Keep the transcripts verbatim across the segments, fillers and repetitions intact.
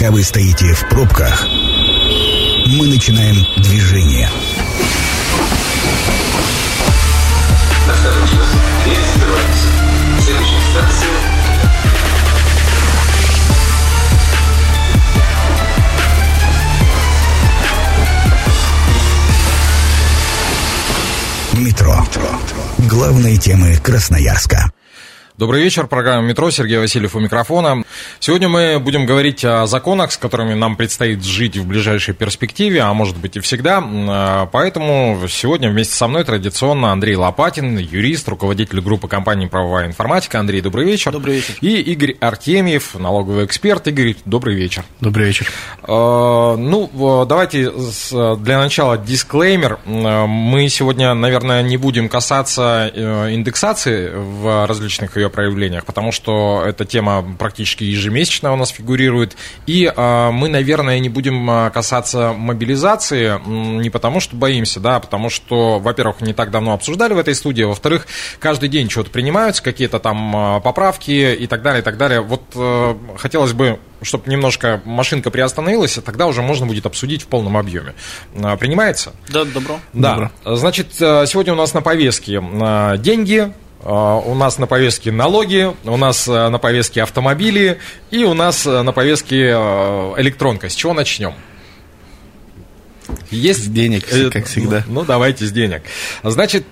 Пока вы стоите в пробках, мы начинаем движение. Осторожно, дверь закрывается. Следующая станция. Метро. Главные темы Красноярска. Добрый вечер, программа «Метро», Сергей Васильев у микрофона. Сегодня мы будем говорить о законах, с которыми нам предстоит жить в ближайшей перспективе, а может быть и всегда. Поэтому сегодня вместе со мной традиционно Андрей Лопатин, юрист, руководитель группы компании «Правовая информатика». Андрей, добрый вечер. Добрый вечер. И Игорь Артемьев, налоговый эксперт. Игорь, добрый вечер. Добрый вечер. Ну, давайте для начала дисклеймер. Мы сегодня, наверное, не будем касаться индексации в различных ее проявлениях, потому что эта тема практически ежемесячно у нас фигурирует. И э, мы, наверное, не будем касаться мобилизации, не потому что боимся, да, а потому что, во-первых, не так давно обсуждали в этой студии, во-вторых, каждый день что-то принимаются, какие-то там поправки и так далее, и так далее. Вот э, хотелось бы, чтобы немножко машинка приостановилась, и тогда уже можно будет обсудить в полном объеме. Принимается? Да, добро. Да. Добро. Значит, сегодня у нас на повестке деньги, у нас на повестке налоги, у нас на повестке автомобили и у нас на повестке электронка. С чего начнем? Есть с денег, как всегда. Ну, давайте с денег. Значит,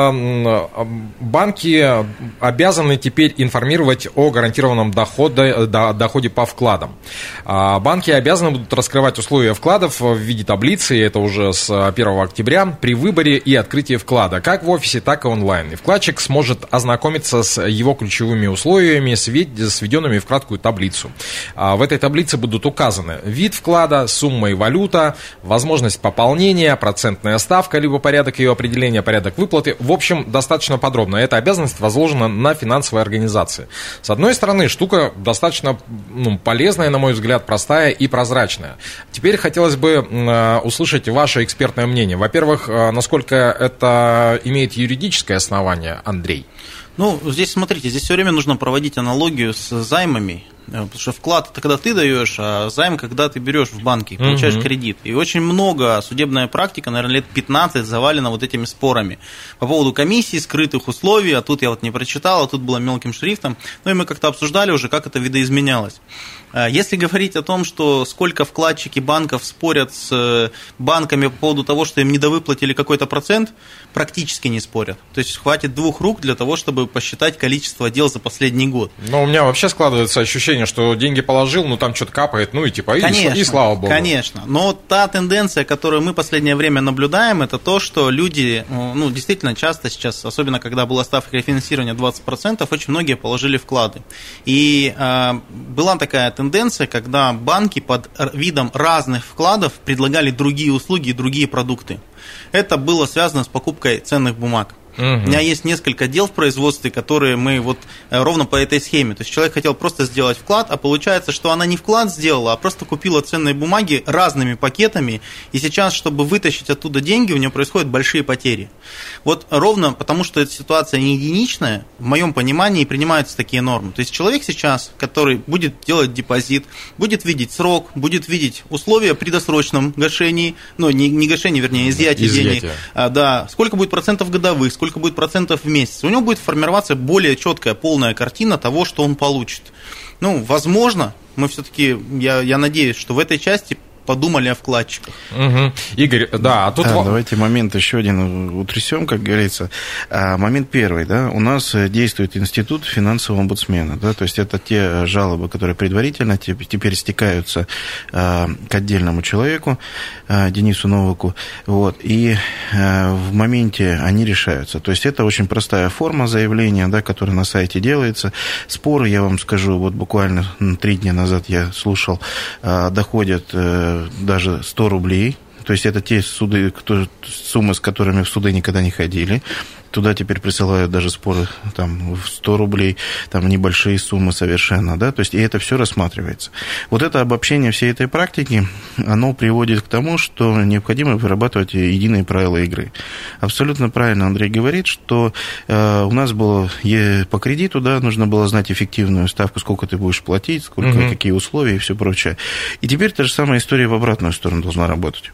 банки обязаны теперь информировать о гарантированном доходе, доходе по вкладам. Банки обязаны будут раскрывать условия вкладов в виде таблицы, и это уже с первого октября, при выборе и открытии вклада, как в офисе, так и онлайн. И вкладчик сможет ознакомиться с его ключевыми условиями, сведенными в краткую таблицу. В этой таблице будут указаны вид вклада, сумма и валюта, возможность пополнения, процентная ставка, либо порядок ее определения, порядок выплаты. В общем, достаточно подробно. Эта обязанность возложена на финансовые организации. С одной стороны, штука достаточно ну, полезная, на мой взгляд, простая и прозрачная. Теперь хотелось бы э, услышать ваше экспертное мнение. Во-первых, э, насколько это имеет юридическое основание, Андрей? Ну, здесь, смотрите, здесь все время нужно проводить аналогию с займами, потому что вклад – это когда ты даешь, а займ – когда ты берешь в банке, получаешь uh-huh. кредит. И очень много судебная практика, наверное, лет пятнадцать завалена вот этими спорами по поводу комиссий, скрытых условий, а тут я вот не прочитал, а тут было мелким шрифтом. Ну и мы как-то обсуждали уже, как это видоизменялось. Если говорить о том, что сколько вкладчики банков спорят с банками по поводу того, что им недовыплатили какой-то процент, практически не спорят. То есть хватит двух рук для того, чтобы посчитать количество дел за последний год. Но у меня вообще складывается ощущение, что деньги положил, ну там что-то капает, ну и типа, и, конечно, и слава богу. Конечно, но та тенденция, которую мы в последнее время наблюдаем, это то, что люди, ну действительно часто сейчас, особенно когда была ставка рефинансирования двадцать процентов, очень многие положили вклады. И э, была такая тенденция, когда банки под видом разных вкладов предлагали другие услуги и другие продукты. Это было связано с покупкой ценных бумаг. Угу. У меня есть несколько дел в производстве, которые мы вот ровно по этой схеме. То есть человек хотел просто сделать вклад, а получается, что она не вклад сделала, а просто купила ценные бумаги разными пакетами. И сейчас, чтобы вытащить оттуда деньги, у нее происходят большие потери. Вот ровно потому, что эта ситуация не единичная, в моем понимании принимаются такие нормы. То есть человек сейчас, который будет делать депозит, будет видеть срок, будет видеть условия при досрочном гашении, ну не, не гашении, вернее, изъятии денег, а, да, сколько будет процентов годовых, сколько будет процентов в месяц, у него будет формироваться более четкая, полная картина того, что он получит. Ну, возможно, мы все-таки, я, я надеюсь, что в этой части подумали о вкладчиках. Угу. Игорь, да, а тут... Да, давайте момент еще один утрясем, как говорится. Момент первый, да, у нас действует институт финансового омбудсмена, да, то есть это те жалобы, которые предварительно теперь стекаются к отдельному человеку, Денису Новаку, вот, и в моменте они решаются. То есть это очень простая форма заявления, да, которая на сайте делается. Споры, я вам скажу, вот буквально три дня назад я слушал, доходят даже сто рублей. То есть это те суды, кто, суммы, с которыми в суды никогда не ходили. туда теперь присылают даже споры там, в сто рублей, там небольшие суммы совершенно, да, то есть и это все рассматривается. Вот это обобщение всей этой практики, оно приводит к тому, что необходимо вырабатывать единые правила игры. Абсолютно правильно Андрей говорит, что э, у нас было по кредиту, да, нужно было знать эффективную ставку, сколько ты будешь платить, сколько, угу. какие условия и все прочее. И теперь та же самая история в обратную сторону должна работать.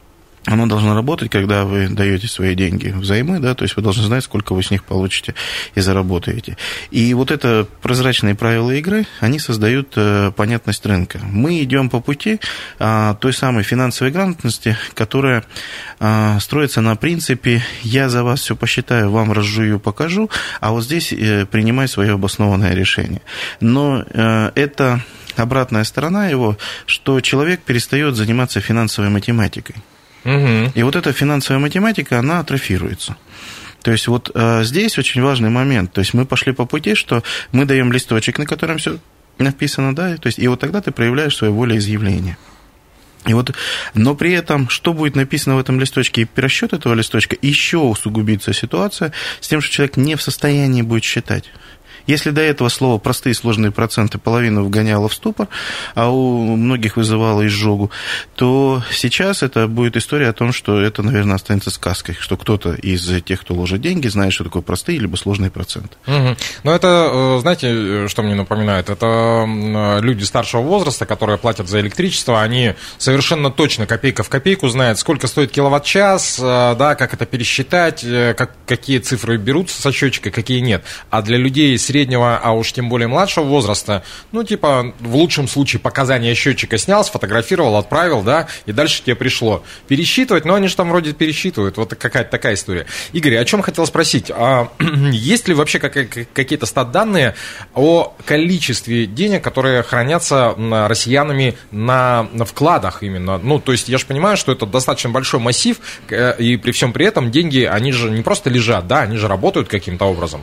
Оно должно работать, когда вы даете свои деньги взаймы, да, то есть вы должны знать, сколько вы с них получите и заработаете. И вот это прозрачные правила игры, они создают понятность рынка. Мы идем по пути той самой финансовой грамотности, которая строится на принципе «я за вас все посчитаю, вам разжую, покажу, а вот здесь принимай свое обоснованное решение». Но это обратная сторона его, что человек перестает заниматься финансовой математикой. Угу. И вот эта финансовая математика, она атрофируется. То есть вот а, здесь очень важный момент. То есть мы пошли по пути, что мы даем листочек, на котором все написано, да, то есть, и вот тогда ты проявляешь свое волеизъявление. И вот, но при этом, что будет написано в этом листочке, и пересчет этого листочка, еще усугубится ситуация с тем, что человек не в состоянии будет считать. Если до этого слова простые сложные проценты половину вгоняло в ступор, а у многих вызывало изжогу, то сейчас это будет история о том, что это, наверное, останется сказкой, что кто-то из тех, кто ложит деньги, знает, что такое простые либо сложные проценты. Угу. Ну, это, знаете, что мне напоминает? Это люди старшего возраста, которые платят за электричество, они совершенно точно копейка в копейку знают, сколько стоит киловатт-час, да, как это пересчитать, как, какие цифры берутся со счетчика, какие нет. А для людей с среднего, а уж тем более младшего возраста, ну, типа, в лучшем случае показания счетчика снял, сфотографировал, отправил, да, и дальше тебе пришло. Пересчитывать, ну, они же там вроде пересчитывают, вот какая-то такая история. Игорь, о чем хотел спросить? А есть ли вообще какие-то стат-данные о количестве денег, которые хранятся россиянами на, на вкладах именно? Ну, то есть я же понимаю, что это достаточно большой массив, и при всем при этом деньги, они же не просто лежат, да, они же работают каким-то образом.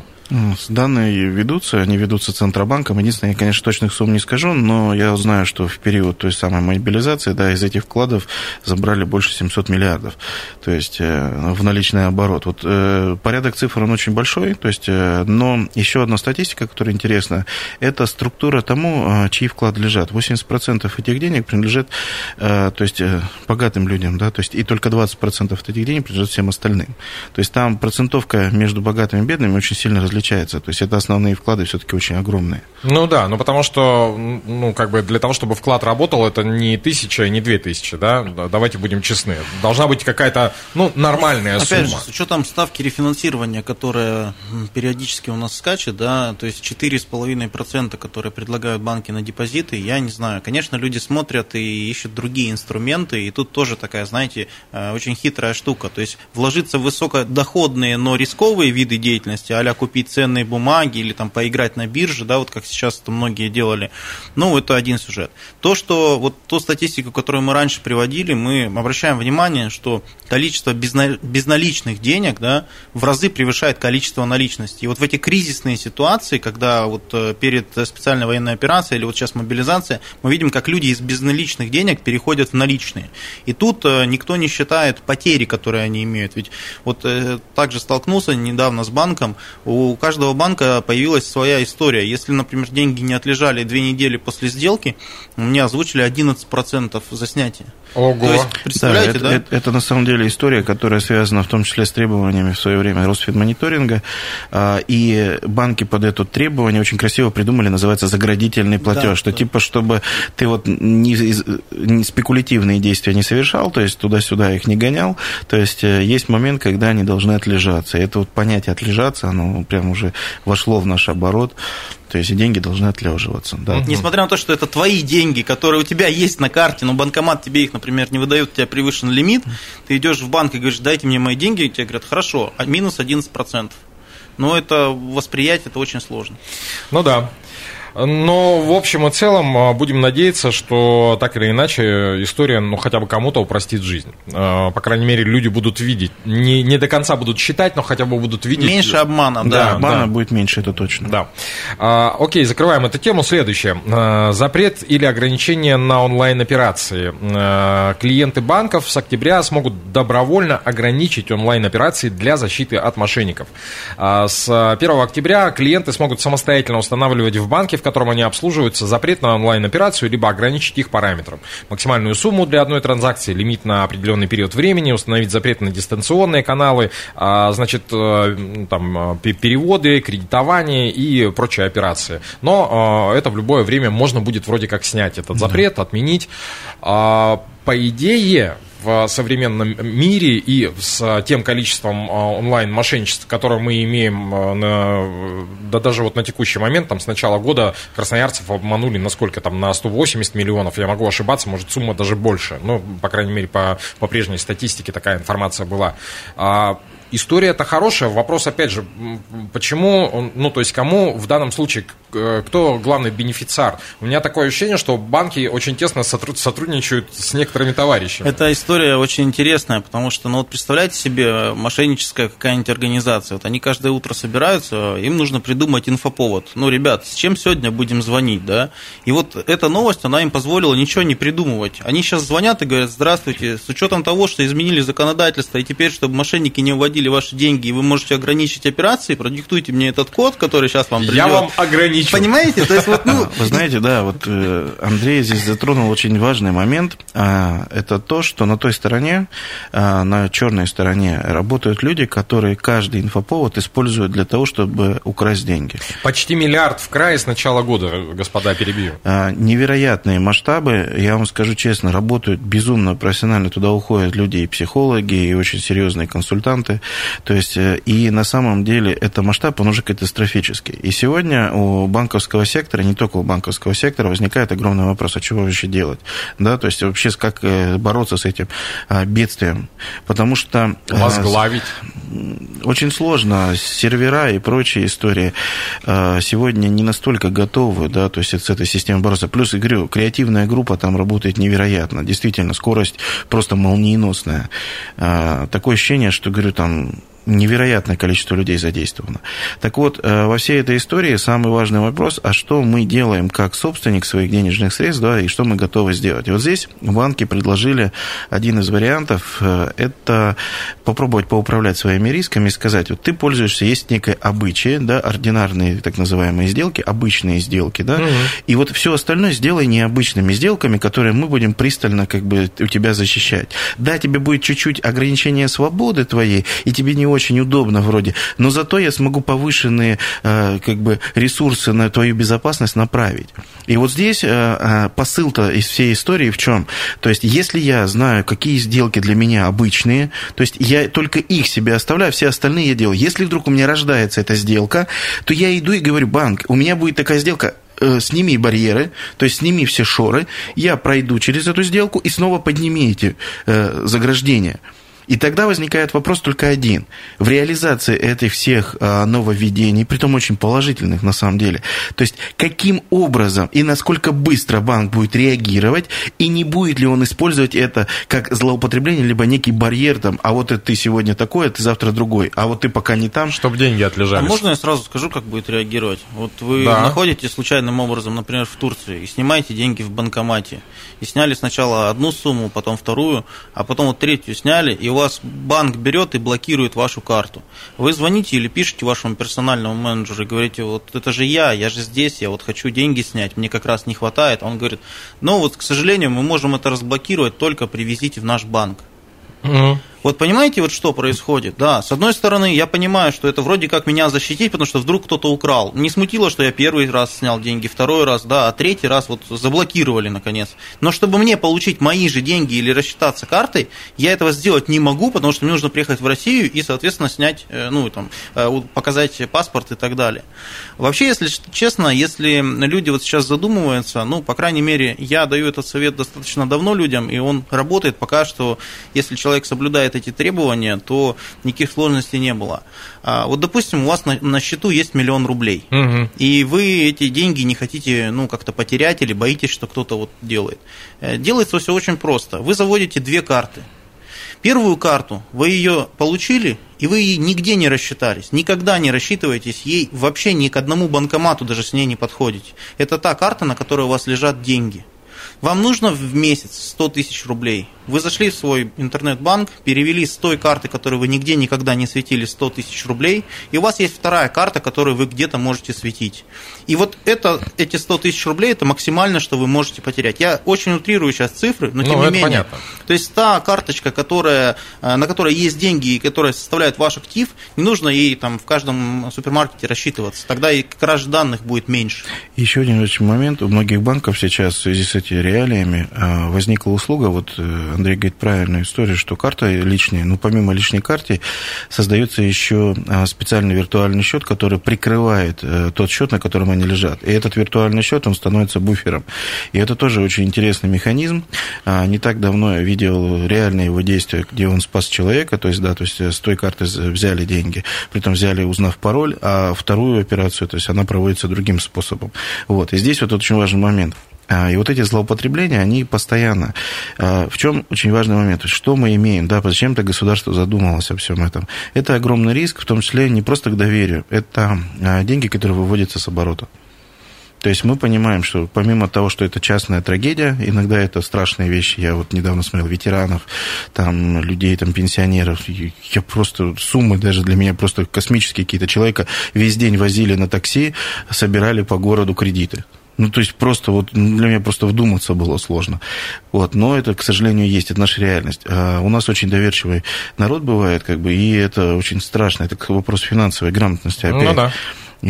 Данные ведутся, они ведутся Центробанком. Единственное, я, конечно, точных сумм не скажу, но я знаю, что в период той самой мобилизации, да, из этих вкладов забрали больше семьсот миллиардов, то есть в наличный оборот. Вот порядок цифр, он очень большой, то есть, но еще одна статистика, которая интересна, это структура тому, чьи вклады лежат. восемьдесят процентов этих денег принадлежит, то есть, богатым людям, да, то есть, и только двадцать процентов этих денег принадлежит всем остальным. То есть, там процентовка между богатыми и бедными очень сильно различается. То есть это основные вклады все-таки очень огромные. Ну да, ну потому что, ну как бы для того, чтобы вклад работал, это не тысяча и не две тысячи, да, давайте будем честны. Должна быть какая-то, ну, нормальная Опять сумма. Опять же, с учетом ставки рефинансирования, которая периодически у нас скачет, да, то есть четыре с половиной процента, которые предлагают банки на депозиты, я не знаю, конечно, люди смотрят и ищут другие инструменты, и тут тоже такая, знаете, очень хитрая штука, то есть вложиться в высокодоходные, но рисковые виды деятельности, а-ля купить ценные бумаги или там поиграть на бирже, да, вот как сейчас это многие делали, ну, это один сюжет. То, что, вот ту статистику, которую мы раньше приводили, мы обращаем внимание, что количество безналичных денег, да, в разы превышает количество наличности. И вот в эти кризисные ситуации, когда вот перед специальной военной операцией или вот сейчас мобилизация, мы видим, как люди из безналичных денег переходят в наличные. И тут никто не считает потери, которые они имеют. Ведь вот также столкнулся недавно с банком, у каждого банка появилась своя история. Если, например, деньги не отлежали две недели после сделки, мне озвучили одиннадцать процентов за снятие. Ого. То есть, представляете, да, да? Это, это, это на самом деле история, которая связана в том числе с требованиями в свое время Росфинмониторинга, и банки под это требование очень красиво придумали, называется заградительный платеж, да, что да. типа, чтобы ты вот не, не спекулятивные действия не совершал, то есть туда-сюда их не гонял, то есть есть момент, когда они должны отлежаться, и это вот понятие отлежаться, оно прям уже вошло в наш оборот. То есть деньги должны отлеживаться. Да. Несмотря на то, что это твои деньги, которые у тебя есть на карте, но банкомат тебе их, например, не выдает, у тебя превышен лимит, ты идешь в банк и говоришь, дайте мне мои деньги, и тебе говорят, хорошо, а минус одиннадцать процентов. Но это восприятие, это очень сложно. Ну да. Но в общем и целом будем надеяться, что так или иначе история, ну, хотя бы кому-то упростит жизнь. По крайней мере, люди будут видеть. Не, не до конца будут считать, но хотя бы будут видеть. Меньше обмана, да. Да, обмана да. будет меньше, это точно. Да. А, окей, закрываем эту тему. Следующее. А, запрет или ограничение на онлайн-операции. А, клиенты банков с октября смогут добровольно ограничить онлайн-операции для защиты от мошенников. А, с первого октября клиенты смогут самостоятельно устанавливать в банке, в котором они обслуживаются, запрет на онлайн-операцию, либо ограничить их параметрам. Максимальную сумму для одной транзакции, лимит на определенный период времени, установить запрет на дистанционные каналы, значит, там, переводы, кредитование и прочие операции. Но это в любое время можно будет вроде как снять этот запрет, да. отменить. По идее, в современном мире и с тем количеством онлайн-мошенничеств, которое мы имеем, на, да даже вот на текущий момент, там с начала года красноярцев обманули на сколько там, на сто восемьдесят миллионов, я могу ошибаться, может сумма даже больше, ну, по крайней мере, по, по прежней статистике такая информация была. История-то хорошая, вопрос, опять же, почему, ну, то есть, кому в данном случае, кто главный бенефициар? У меня такое ощущение, что банки очень тесно сотрудничают с некоторыми товарищами. Эта история очень интересная, потому что, ну, вот представляете себе, мошенническая какая-нибудь организация, вот они каждое утро собираются, им нужно придумать инфоповод. Ну, ребят, с чем сегодня будем звонить, да? И вот эта новость, она им позволила ничего не придумывать. Они сейчас звонят и говорят: здравствуйте, с учетом того, что изменили законодательство, и теперь, чтобы мошенники не уводили ваши деньги, и вы можете ограничить операции, продиктуйте мне этот код, который сейчас вам придет. Я вам ограничу. Понимаете? То есть, вот, ну... Вы знаете, да, вот Андрей здесь затронул очень важный момент. Это то, что на той стороне, на черной стороне, работают люди, которые каждый инфоповод используют для того, чтобы украсть деньги. Почти миллиард в крае с начала года, господа, перебью. Невероятные масштабы, я вам скажу честно, работают безумно профессионально, туда уходят люди и психологи, и очень серьезные консультанты. То есть, и на самом деле это масштаб, он уже катастрофический. И сегодня у банковского сектора, не только у банковского сектора, возникает огромный вопрос: а чего вообще делать? Да, то есть, вообще, как бороться с этим бедствием? Потому что... Возглавить. Очень сложно. Сервера и прочие истории сегодня не настолько готовы, да, то есть, с этой системой бороться. Плюс, я говорю, креативная группа там работает невероятно. Действительно, скорость просто молниеносная. Такое ощущение, что, говорю, там невероятное количество людей задействовано. Так вот, во всей этой истории самый важный вопрос: а что мы делаем как собственник своих денежных средств, да, и что мы готовы сделать? И вот здесь банки предложили один из вариантов: это попробовать поуправлять своими рисками и сказать: вот ты пользуешься, есть некое обычай, да, ординарные так называемые сделки, обычные сделки, да, угу. И вот все остальное сделай необычными сделками, которые мы будем пристально как бы у тебя защищать. Да, тебе будет чуть-чуть ограничение свободы твоей, и тебе не очень очень удобно вроде, но зато я смогу повышенные э, как бы ресурсы на твою безопасность направить. И вот здесь э, посыл-то из всей истории в чем? То есть, если я знаю, какие сделки для меня обычные, то есть я только их себе оставляю, все остальные я делаю. Если вдруг у меня рождается эта сделка, то я иду и говорю: банк, у меня будет такая сделка, сними барьеры, то есть сними все шоры, я пройду через эту сделку и снова подними эти э, заграждения. И тогда возникает вопрос только один. В реализации этих всех нововведений, притом очень положительных на самом деле, то есть каким образом и насколько быстро банк будет реагировать, и не будет ли он использовать это как злоупотребление, либо некий барьер, там, а вот это ты сегодня такой, а ты завтра другой, а вот ты пока не там. Чтобы деньги отлежались. А можно я сразу скажу, как будет реагировать? Вот вы да. находитесь случайным образом, например, в Турции, и снимаете деньги в банкомате. И сняли сначала одну сумму, потом вторую, а потом вот третью сняли, и у вас банк берет и блокирует вашу карту. Вы звоните или пишете вашему персональному менеджеру и говорите: вот это же я, я же здесь, я вот хочу деньги снять, мне как раз не хватает. Он говорит: ну вот, к сожалению, мы можем это разблокировать, только привезите в наш банк. Угу. Вот понимаете, вот что происходит? Да, с одной стороны, я понимаю, что это вроде как меня защитить, потому что вдруг кто-то украл. Не смутило, что я первый раз снял деньги, второй раз, да, а третий раз вот заблокировали наконец. Но чтобы мне получить мои же деньги или рассчитаться картой, я этого сделать не могу, потому что мне нужно приехать в Россию и, соответственно, снять, ну, там, показать паспорт и так далее. Вообще, если честно, если люди вот сейчас задумываются, ну, по крайней мере, я даю этот совет достаточно давно людям, и он работает пока что, если человек соблюдает соблюдает эти требования, то никаких сложностей не было. Вот, допустим, у вас на, на счету есть миллион рублей, угу. и вы эти деньги не хотите, ну, как-то потерять или боитесь, что кто-то вот делает. Делается все очень просто. Вы заводите две карты. Первую карту, вы ее получили, и вы ей нигде не рассчитались, никогда не рассчитываетесь ей, вообще ни к одному банкомату даже с ней не подходите. Это та карта, на которой у вас лежат деньги. Вам нужно в месяц сто тысяч рублей. Вы зашли в свой интернет-банк, перевели с той карты, которой вы нигде никогда не светили, сто тысяч рублей, и у вас есть вторая карта, которую вы где-то можете светить. И вот это, эти сто тысяч рублей – это максимально, что вы можете потерять. Я очень утрирую сейчас цифры, но тем ну, не менее. Понятно. То есть та карточка, которая, на которой есть деньги и которая составляет ваш актив, не нужно ей там в каждом супермаркете рассчитываться. Тогда и краж данных будет меньше. Еще один очень момент. У многих банков сейчас в связи с этими реалиями возникла услуга, вот Андрей говорит правильную историю, что карта личная, ну, помимо личной карты, создается еще специальный виртуальный счет, который прикрывает тот счет, на котором они лежат. И этот виртуальный счет, он становится буфером. И это тоже очень интересный механизм. Не так давно я видел реальное его действие, где он спас человека, то есть, да, то есть с той карты взяли деньги, притом взяли, узнав пароль, а вторую операцию, то есть она проводится другим способом. Вот. И здесь вот очень важный момент. И вот эти злоупотребления, они постоянно. В чем очень важный момент? Что мы имеем? Да, зачем-то государство задумалось о всем этом. Это огромный риск, в том числе не просто к доверию. Это деньги, которые выводятся с оборота. То есть мы понимаем, что помимо того, что это частная трагедия, иногда это страшные вещи. Я вот недавно смотрел ветеранов, там, людей, там, пенсионеров. Я просто, суммы даже для меня просто космические какие-то. Человека весь день возили на такси, собирали по городу кредиты. Ну, то есть, просто вот для меня просто вдуматься было сложно. Вот, но это, к сожалению, есть, это наша реальность. А у нас очень доверчивый народ бывает, как бы, и это очень страшно. Это вопрос финансовой грамотности опять. Ну, да.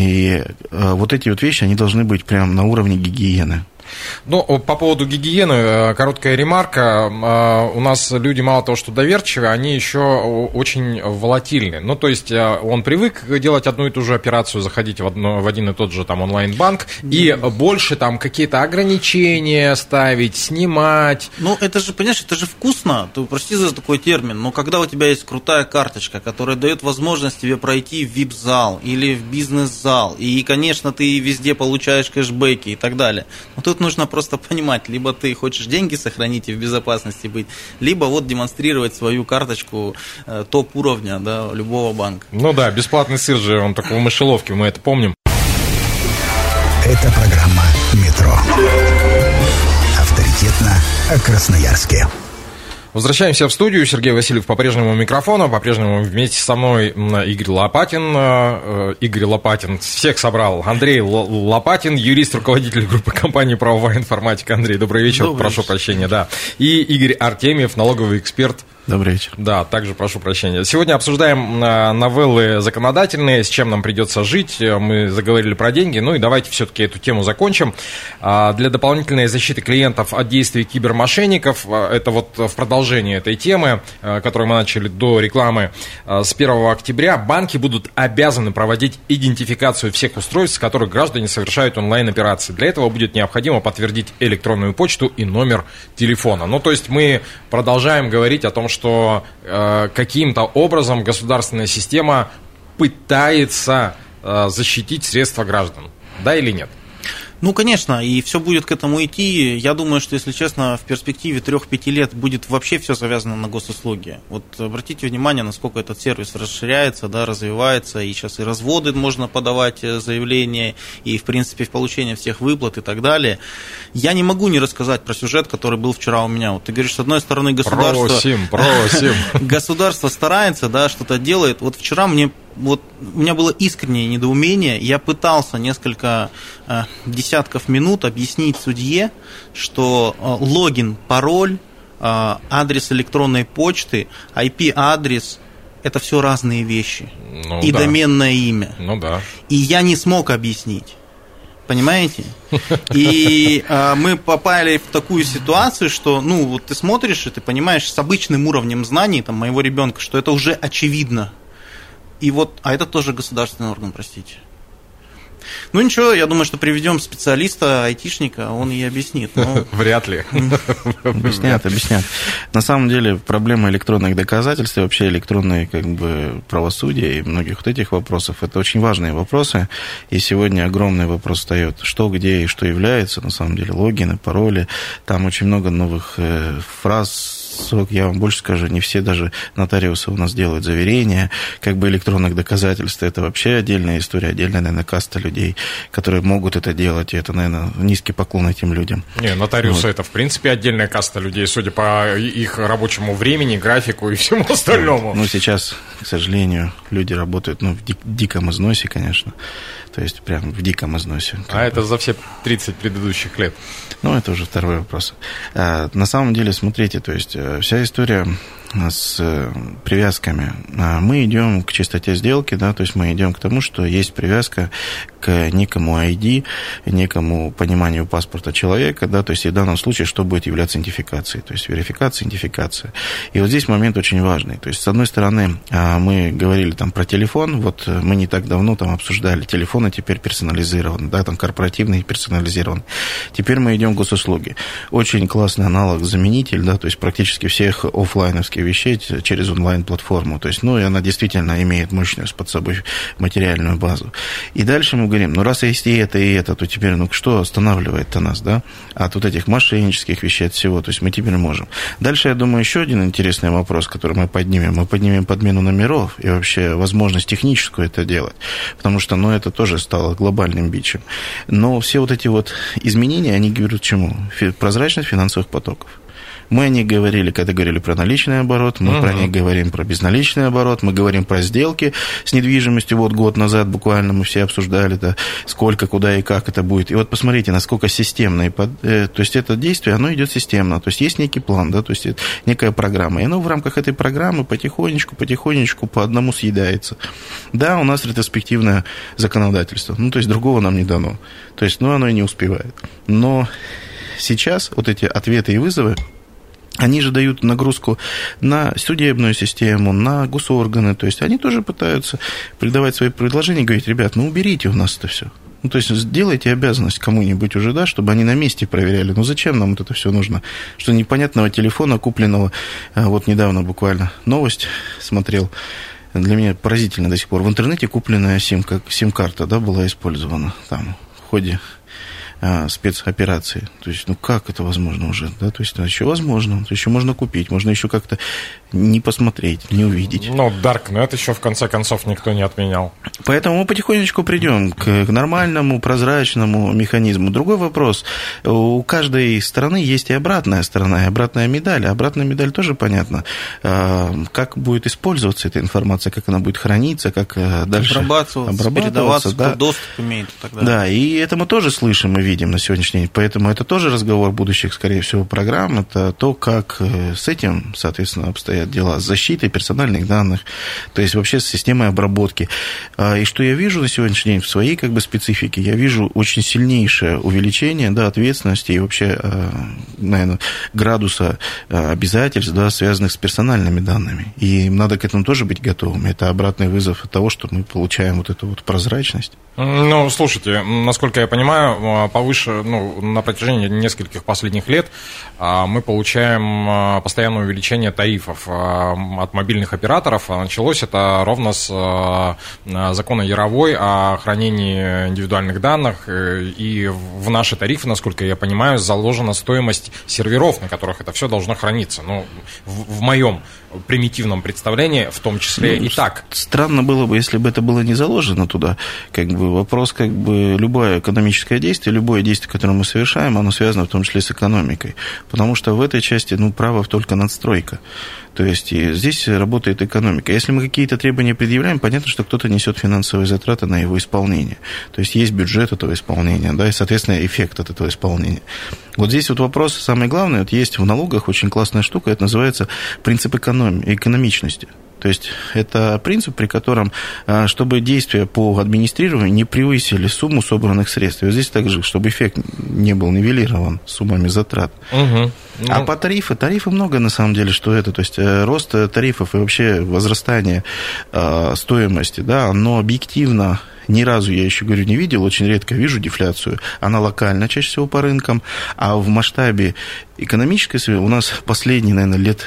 И а, вот эти вот вещи, они должны быть прям на уровне гигиены. Ну, по поводу гигиены, короткая ремарка. У нас люди мало того, что доверчивые, они еще очень волатильны. Ну, то есть он привык делать одну и ту же операцию, заходить в, одно, в один и тот же там онлайн-банк, и больше там какие-то ограничения ставить, снимать. Ну, это же, понимаешь, это же вкусно. Ты прости за такой термин, но когда у тебя есть крутая карточка, которая дает возможность тебе пройти в ви ай пи-зал или в бизнес-зал, и, конечно, ты везде получаешь кэшбэки и так далее. Но тут нужно просто понимать, либо ты хочешь деньги сохранить и в безопасности быть, либо вот демонстрировать свою карточку э, топ-уровня, да, любого банка. Ну да, бесплатный сыр же, он только в мышеловке, мы это помним. Это программа «Метро». Авторитетно о Красноярске. Возвращаемся в студию. Сергей Васильев по-прежнему у микрофона. По-прежнему вместе со мной Игорь Лопатин. Игорь Лопатин всех собрал. Андрей Лопатин, юрист, руководитель группы компании «Правовая информатика». Андрей, добрый вечер. Добрый Прошу вечер. прощения. Да. И Игорь Артемьев, налоговый эксперт. Добрый вечер. Да, также прошу прощения. Сегодня обсуждаем новеллы законодательные, с чем нам придется жить. Мы заговорили про деньги, ну и давайте все-таки эту тему закончим. Для дополнительной защиты клиентов от действий кибермошенников, это вот в продолжении этой темы, которую мы начали до рекламы, с первого октября банки будут обязаны проводить идентификацию всех устройств, с которых граждане совершают онлайн-операции. Для этого будет необходимо подтвердить электронную почту и номер телефона. Ну, то есть мы продолжаем говорить о том, что что э, каким-то образом государственная система пытается э, защитить средства граждан. Да или нет? Ну, конечно, и все будет к этому идти. Я думаю, что, если честно, в перспективе трех-пяти лет будет вообще все завязано на госуслуги. Вот обратите внимание, насколько этот сервис расширяется, да, развивается, и сейчас и разводы можно подавать заявления, и, в принципе, в получение всех выплат и так далее. Я не могу не рассказать про сюжет, который был вчера у меня. Вот ты говоришь, с одной стороны, государство... Просим, просим. Государство старается, да, что-то делает. Вот вчера мне... Вот у меня было искреннее недоумение. Я пытался несколько э, десятков минут объяснить судье, что э, логин, пароль, э, адрес электронной почты, ай пи-адрес – это все разные вещи. Ну, и да. Доменное имя. Ну да. И я не смог объяснить. Понимаете? И э, мы попали в такую ситуацию, что, ну, вот ты смотришь, и ты понимаешь с обычным уровнем знаний там, моего ребенка, что это уже очевидно. И вот, а это тоже государственный орган, простите. Ну ничего, я думаю, что приведем специалиста, айтишника, он и объяснит. Но... Вряд ли. Объяснят, объяснят. На самом деле проблема электронных доказательств и вообще электронной как бы, правосудия и многих вот этих вопросов, это очень важные вопросы. И сегодня огромный вопрос встает, что, где и что является, на самом деле, логины, пароли. Там очень много новых э, фраз. Я вам больше скажу, не все даже нотариусы у нас делают заверения, как бы электронных доказательств. Это вообще отдельная история, отдельная, наверное, каста людей, которые могут это делать, и это, наверное, низкий поклон этим людям. Не, нотариусы вот. Это, в принципе, отдельная каста людей, судя по их рабочему времени, графику и всему остальному. Ну, сейчас, к сожалению, люди работают, ну, в дик- диком износе, конечно. То есть, прям в диком износе. А это за все тридцать предыдущих лет? Ну, это уже второй вопрос. А, на самом деле, смотрите, то есть, вся история с привязками. Мы идем к чистоте сделки, да, то есть мы идем к тому, что есть привязка к некому ай ди, некому пониманию паспорта человека, да, то есть и в данном случае, что будет являться идентификацией, то есть верификация, идентификация. И вот здесь момент очень важный. То есть, с одной стороны, мы говорили там про телефон, вот мы не так давно там обсуждали, телефоны теперь персонализированы, да, там корпоративные персонализированы. Теперь мы идем к госуслуги. Очень классный аналог, заменитель, да, то есть практически всех офлайновских вещей через онлайн-платформу. То есть, ну, и она действительно имеет мощную под собой материальную базу. И дальше мы говорим, ну, раз есть и это, и это, то теперь, ну, что останавливает-то нас, да? От вот этих мошеннических вещей, от всего. То есть, мы теперь можем. Дальше, я думаю, еще один интересный вопрос, который мы поднимем. Мы поднимем подмену номеров и вообще возможность техническую это делать. Потому что, ну, это тоже стало глобальным бичем. Но все вот эти вот изменения, они говорят к чему? Прозрачность финансовых потоков. Мы о них говорили, когда говорили про наличный оборот, мы uh-huh. про них говорим про безналичный оборот, мы говорим про сделки с недвижимостью. Вот год назад буквально мы все обсуждали, да, сколько, куда и как это будет. И вот посмотрите, насколько системно. И под, э, то есть это действие, оно идет системно. То есть есть некий план, да, то есть это некая программа. И оно в рамках этой программы потихонечку, потихонечку по одному съедается. Да, у нас ретроспективное законодательство. Ну, то есть другого нам не дано. То есть, ну, оно и не успевает. Но сейчас вот эти ответы и вызовы, они же дают нагрузку на судебную систему, на госорганы. То есть они тоже пытаются придавать свои предложения и говорить, ребят, ну уберите у нас это все. Ну, то есть сделайте обязанность кому-нибудь уже, да, чтобы они на месте проверяли. Ну, зачем нам вот это все нужно? Что непонятного телефона, купленного, вот недавно буквально новость смотрел, для меня поразительно до сих пор. В интернете купленная сим, как сим-карта, да, была использована там в ходе спецоперации. То есть, ну как это возможно уже? Да? То есть, это еще возможно. То еще можно купить, можно еще как-то не посмотреть, не увидеть. Ну, Darknet еще в конце концов никто не отменял. Поэтому мы потихонечку придем к нормальному, прозрачному механизму. Другой вопрос. У каждой стороны есть и обратная сторона, и обратная медаль. Обратная медаль тоже понятно. Как будет использоваться эта информация, как она будет храниться, как дальше обрабатываться, обрабатываться передаваться, да. кто доступ имеет. Тогда. Да, и это мы тоже слышим и видим на сегодняшний день. Поэтому это тоже разговор будущих, скорее всего, программ. Это то, как с этим, соответственно, обстоят дела, с защитой персональных данных, то есть вообще с системой обработки. И что я вижу на сегодняшний день в своей как бы специфике, я вижу очень сильнейшее увеличение, да, ответственности и вообще, наверное, градуса обязательств, да, связанных с персональными данными. И им надо к этому тоже быть готовым. Это обратный вызов от того, что мы получаем вот эту вот прозрачность. Ну, слушайте, насколько я понимаю, повыше, ну, на протяжении нескольких последних лет мы получаем постоянное увеличение тарифов от мобильных операторов. Началось это ровно с закона Яровой о хранении индивидуальных данных, и в наши тарифы, насколько я понимаю, заложена стоимость серверов, на которых это все должно храниться. Ну, в, в моем примитивном представлении, в том числе ну, и так. Странно было бы, если бы это было не заложено туда. Как бы вопрос, как бы любое экономическое действие, любое действие, которое мы совершаем, оно связано в том числе с экономикой. Потому что в этой части, ну, право только надстройка. То есть и здесь работает экономика. Если мы какие-то требования предъявляем, понятно, что кто-то несет финансовые затраты на его исполнение. То есть есть бюджет этого исполнения, да, и, соответственно, эффект от этого исполнения. Вот здесь вот вопрос, самый главный, вот есть в налогах очень классная штука, это называется принцип экономии, экономичности. То есть это принцип, при котором, чтобы действия по администрированию не превысили сумму собранных средств. И вот здесь также, чтобы эффект не был нивелирован суммами затрат. Угу. Ну... А по тарифу, тарифы много на самом деле, что это, то есть рост тарифов и вообще возрастание стоимости, да, оно объективно ни разу, я еще говорю, не видел, очень редко вижу дефляцию. Она локальна чаще всего по рынкам, а в масштабе экономической у нас последние, наверное, лет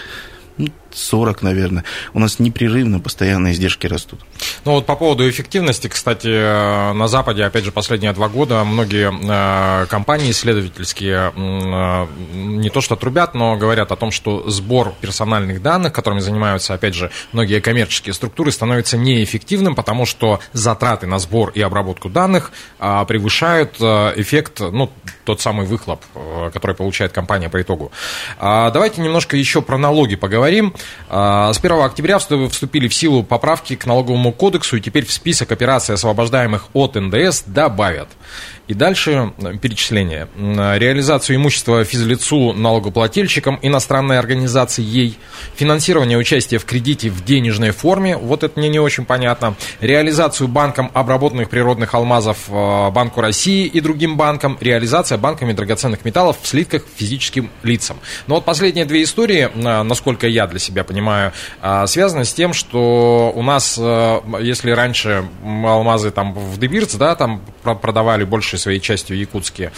сорок, наверное, у нас непрерывно постоянно издержки растут. Ну вот по поводу эффективности, кстати, на Западе, опять же, последние два года многие э, компании исследовательские э, не то что трубят, но говорят о том, что сбор персональных данных, которыми занимаются, опять же, многие коммерческие структуры, становится неэффективным, потому что затраты на сбор и обработку данных э, превышают э, эффект, ну, тот самый выхлоп, э, который получает компания по итогу. А давайте немножко еще про налоги поговорим. С первого октября вступили в силу поправки к налоговому кодексу, и теперь в список операций, освобождаемых от эн дэ эс, добавят. И дальше перечисление. Реализацию имущества физлицу, налогоплательщикам, иностранной организации ей, финансирование участия в кредите в денежной форме, вот это мне не очень понятно, реализацию банком обработанных природных алмазов Банку России и другим банкам, реализация банками драгоценных металлов в слитках физическим лицам. Но вот последние две истории, насколько я для себя понимаю, связаны с тем, что у нас, если раньше алмазы там в Дебирц, да, там продавали больше своей частью якутские,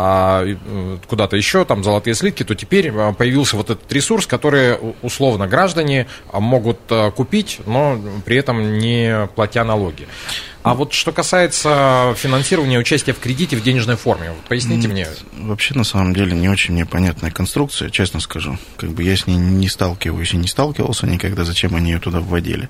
а куда-то еще, там золотые слитки, то теперь появился вот этот ресурс, который условно граждане могут купить, но при этом не платя налоги. А вот что касается финансирования участия в кредите в денежной форме, вот поясните мне. Вообще, на самом деле, не очень мне понятная конструкция, честно скажу. Как бы я с ней не сталкиваюсь и не сталкивался никогда, зачем они ее туда вводили.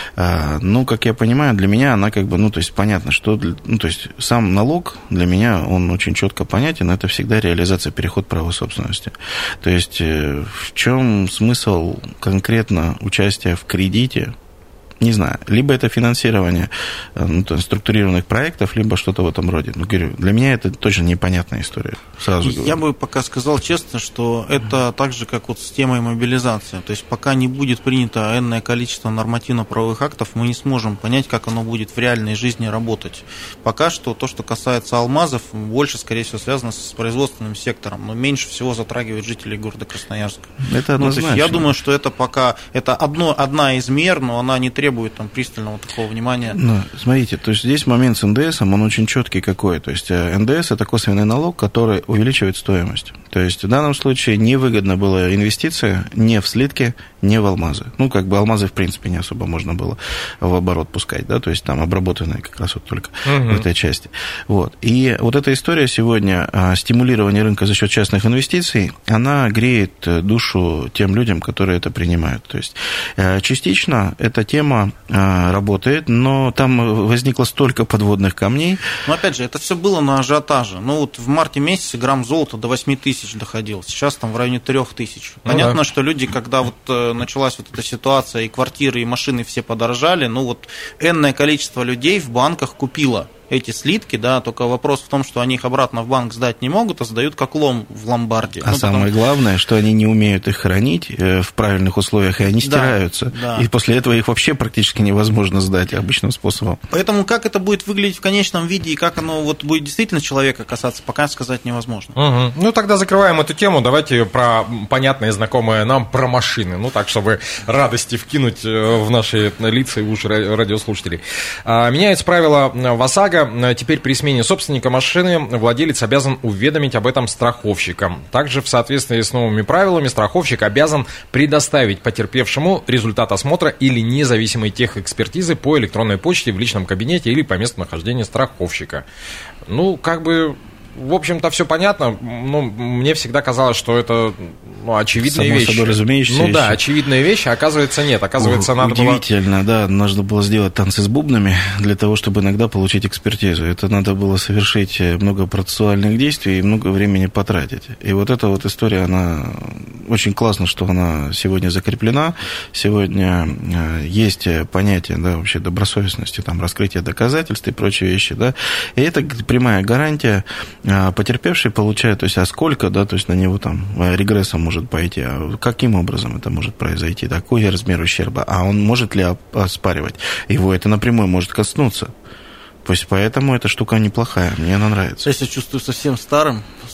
А, ну, как я понимаю, для меня она как бы, ну, то есть понятно, что, ну, то есть сам налог для меня, он очень четко понятен, это всегда реализация, переход права собственности. То есть в чем смысл конкретно участия в кредите? Не знаю, либо это финансирование, ну, структурированных проектов, либо что-то в этом роде. Ну, говорю, для меня это точно непонятная история. Сразу говорю. Я бы пока сказал честно, что это так же, как вот с темой мобилизации. То есть пока не будет принято энное количество нормативно-правовых актов, мы не сможем понять, как оно будет в реальной жизни работать. Пока что то, что касается алмазов, больше, скорее всего, связано с производственным сектором, но меньше всего затрагивает жителей города Красноярска. Это однозначно. Ну, то есть я думаю, что это пока это одно, одна из мер, но она не требует требует там пристального такого внимания. Ну, смотрите, то есть здесь момент с эн дэ эсом, он очень четкий какой. То есть эн дэ эс – это косвенный налог, который увеличивает стоимость. То есть в данном случае невыгодно было инвестиция не в слитки, не в алмазы. Ну, как бы алмазы, в принципе, не особо можно было в оборот пускать, да, то есть там обработанные как раз вот только угу. в этой части. Вот. И вот эта история сегодня, стимулирование рынка за счет частных инвестиций, она греет душу тем людям, которые это принимают. То есть частично эта тема работает, но там возникло столько подводных камней. Но опять же, это все было на ажиотаже. Ну, вот в марте месяце грамм золота до восемь тысяч доходил, сейчас там в районе три тысячи. Понятно, ну, да. что люди, когда вот началась вот эта ситуация, и квартиры, и машины все подорожали, ну вот энное количество людей в банках купило эти слитки, да, только вопрос в том, что они их обратно в банк сдать не могут, а сдают как лом в ломбарде. А ну, самое потом... главное, что они не умеют их хранить в правильных условиях, и они стираются. Да, да. И после этого их вообще практически невозможно сдать обычным способом. Поэтому как это будет выглядеть в конечном виде, и как оно вот будет действительно человека касаться, пока сказать невозможно. Угу. Ну, тогда закрываем эту тему. Давайте про понятное и знакомое нам про машины. Ну, так, чтобы радости вкинуть в наши лица и уши радиослушателей. Меняется правило в ОСАГО. Теперь при смене собственника машины владелец обязан уведомить об этом страховщика. Также в соответствии с новыми правилами страховщик обязан предоставить потерпевшему результат осмотра или независимой техэкспертизы по электронной почте в личном кабинете или по месту нахождения страховщика. Ну, как бы... В общем-то, все понятно. Ну, мне всегда казалось, что это ну, очевидные Само вещи. Собой разумеющиеся ну вещи. да, очевидные вещи, а оказывается, нет. Оказывается, О, надо удивительно, было... да, нужно было сделать танцы с бубнами для того, чтобы иногда получить экспертизу. Это надо было совершить много процессуальных действий и много времени потратить. И вот эта вот история, она очень классно, что она сегодня закреплена. Сегодня есть понятие, да, вообще добросовестности, там, раскрытия доказательств и прочие вещи, да. И это прямая гарантия. Потерпевший получает, то есть, а сколько, да, то есть на него там регрессом может пойти, а каким образом это может произойти, какой размер ущерба, а он может ли оспаривать, его это напрямую может коснуться. То есть, поэтому эта штука неплохая, мне она нравится. Я себя чувствую совсем старым,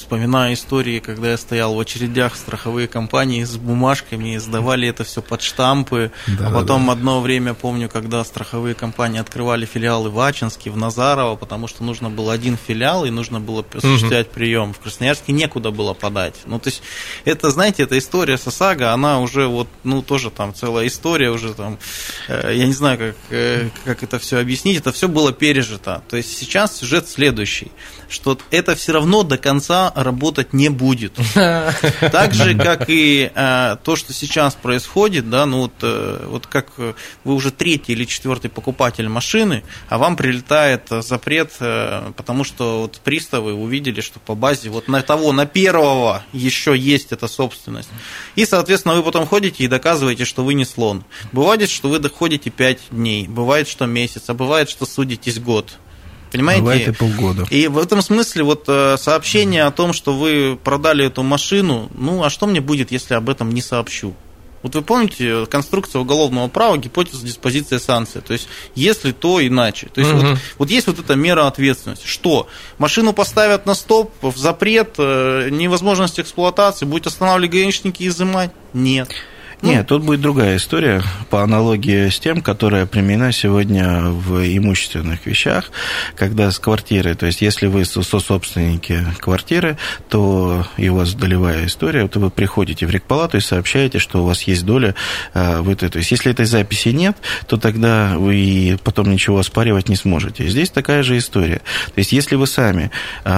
вспоминаю истории, когда я стоял в очередях в страховые компании с бумажками, сдавали это все под штампы. Да, а потом да. одно время, помню, когда страховые компании открывали филиалы в Ачинске, в Назарово, потому что нужно было один филиал, и нужно было осуществлять угу. прием. В Красноярске некуда было подать. Ну, то есть, это, знаете, эта история с ОСАГО, она уже вот, ну, тоже там целая история уже там, э, я не знаю, как, э, как это все объяснить, это все было пережито. То есть, сейчас сюжет следующий, что это все равно до конца работать не будет. Так же, как и э, то, что сейчас происходит, да, ну вот, э, вот как вы уже третий или четвертый покупатель машины, а вам прилетает запрет, э, потому что вот приставы увидели, что по базе вот на того, на первого еще есть эта собственность. И, соответственно, вы потом ходите и доказываете, что вы не слон. Бывает, что вы доходите пять дней, бывает, что месяц, а бывает, что судитесь год. Понимаете? Бывает и полгода. И в этом смысле вот сообщение о том, что вы продали эту машину, ну, а что мне будет, если об этом не сообщу? Вот вы помните конструкция уголовного права, гипотеза диспозиция санкции. То есть, если то, иначе. То есть, угу. вот, вот есть вот эта мера ответственности. Что? Машину поставят на стоп, в запрет, невозможность эксплуатации, будут останавливать гаишники и изымать? Нет. Нет, тут будет другая история, по аналогии с тем, которая применена сегодня в имущественных вещах, когда с квартиры, то есть если вы сособственники квартиры, то и у вас долевая история, то вы приходите в регпалату и сообщаете, что у вас есть доля в этой. То есть если этой записи нет, то тогда вы потом ничего оспаривать не сможете. Здесь такая же история. То есть если вы сами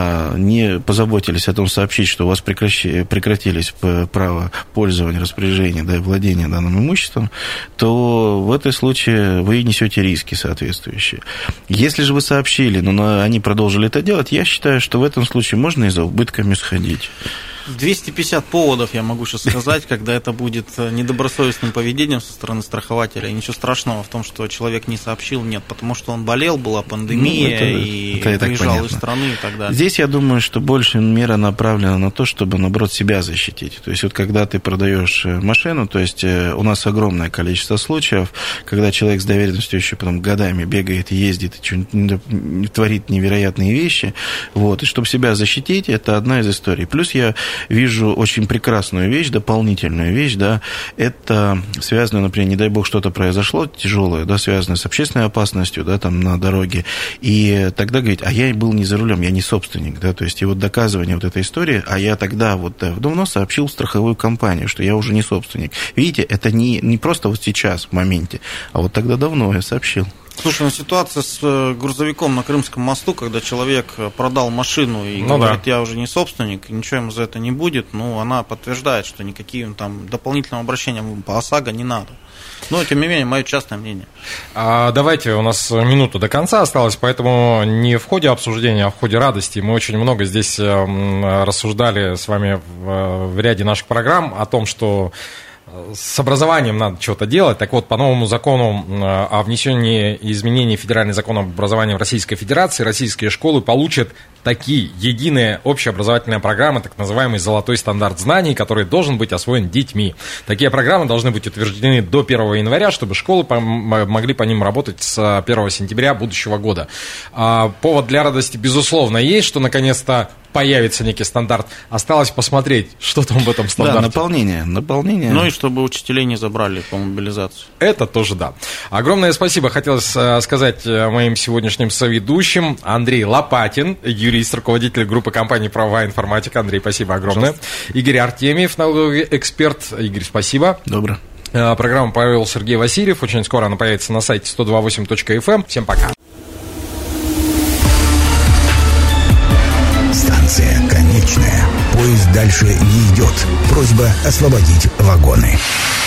не позаботились о том сообщить, что у вас прекратились право пользования, распоряжения, да, владения данным имуществом, то в этом случае вы несете риски соответствующие. Если же вы сообщили, но они продолжили это делать, я считаю, что в этом случае можно и за убытками сходить. двести пятьдесят поводов, я могу сейчас сказать, когда это будет недобросовестным поведением со стороны страхователя. И ничего страшного в том, что человек не сообщил, нет, потому что он болел, была пандемия, ну, это, и это выезжал из страны и так далее. Здесь, я думаю, что больше мера направлена на то, чтобы, наоборот, себя защитить. То есть, вот когда ты продаешь машину, то есть, у нас огромное количество случаев, когда человек с доверенностью еще потом годами бегает, ездит, и что-нибудь творит невероятные вещи, вот, и чтобы себя защитить, это одна из историй. Плюс я вижу очень прекрасную вещь, дополнительную вещь, да, это связано, например, не дай бог, что-то произошло тяжелое, да, связанное с общественной опасностью, да, там, на дороге, и тогда говорить, а я был не за рулем, я не собственник, да, то есть, и вот доказывание вот этой истории, а я тогда вот да, давно сообщил в страховую компанию, что я уже не собственник. Видите, это не, не просто вот сейчас, в моменте, а вот тогда давно я сообщил. Слушай, ну ситуация с грузовиком на Крымском мосту, когда человек продал машину и ну говорит, да. я уже не собственник, ничего ему за это не будет, ну, она подтверждает, что никаким там дополнительным обращением по ОСАГО не надо. Но, тем не менее, мое частное мнение. А, давайте, у нас минута до конца осталась, поэтому не в ходе обсуждения, а в ходе радости. Мы очень много здесь рассуждали с вами в, в ряде наших программ о том, что с образованием надо что-то делать. Так вот, по новому закону о внесении изменений в федеральный закон об образовании в Российской Федерации российские школы получат такие единые общеобразовательные программы, так называемый золотой стандарт знаний, который должен быть освоен детьми. Такие программы должны быть утверждены до первого января, чтобы школы могли по ним работать с первого сентября будущего года. Повод для радости, безусловно, есть, что наконец-то появится некий стандарт. Осталось посмотреть, что там в этом стандарте. Да, наполнение, наполнение. Ну и чтобы учителей не забрали по мобилизации. Это тоже да. Огромное спасибо хотелось сказать моим сегодняшним соведущим. Андрей Лопатин, юрист, руководитель группы компании «Правовая информатика». Андрей, спасибо огромное. Игорь Артемьев, налоговый эксперт. Игорь, спасибо. Добро. Программу провел Сергей Васильев. Очень скоро она появится на сайте сто два восемь точка эф эм. Всем пока. Станция конечная. Поезд дальше не идет. Просьба освободить вагоны.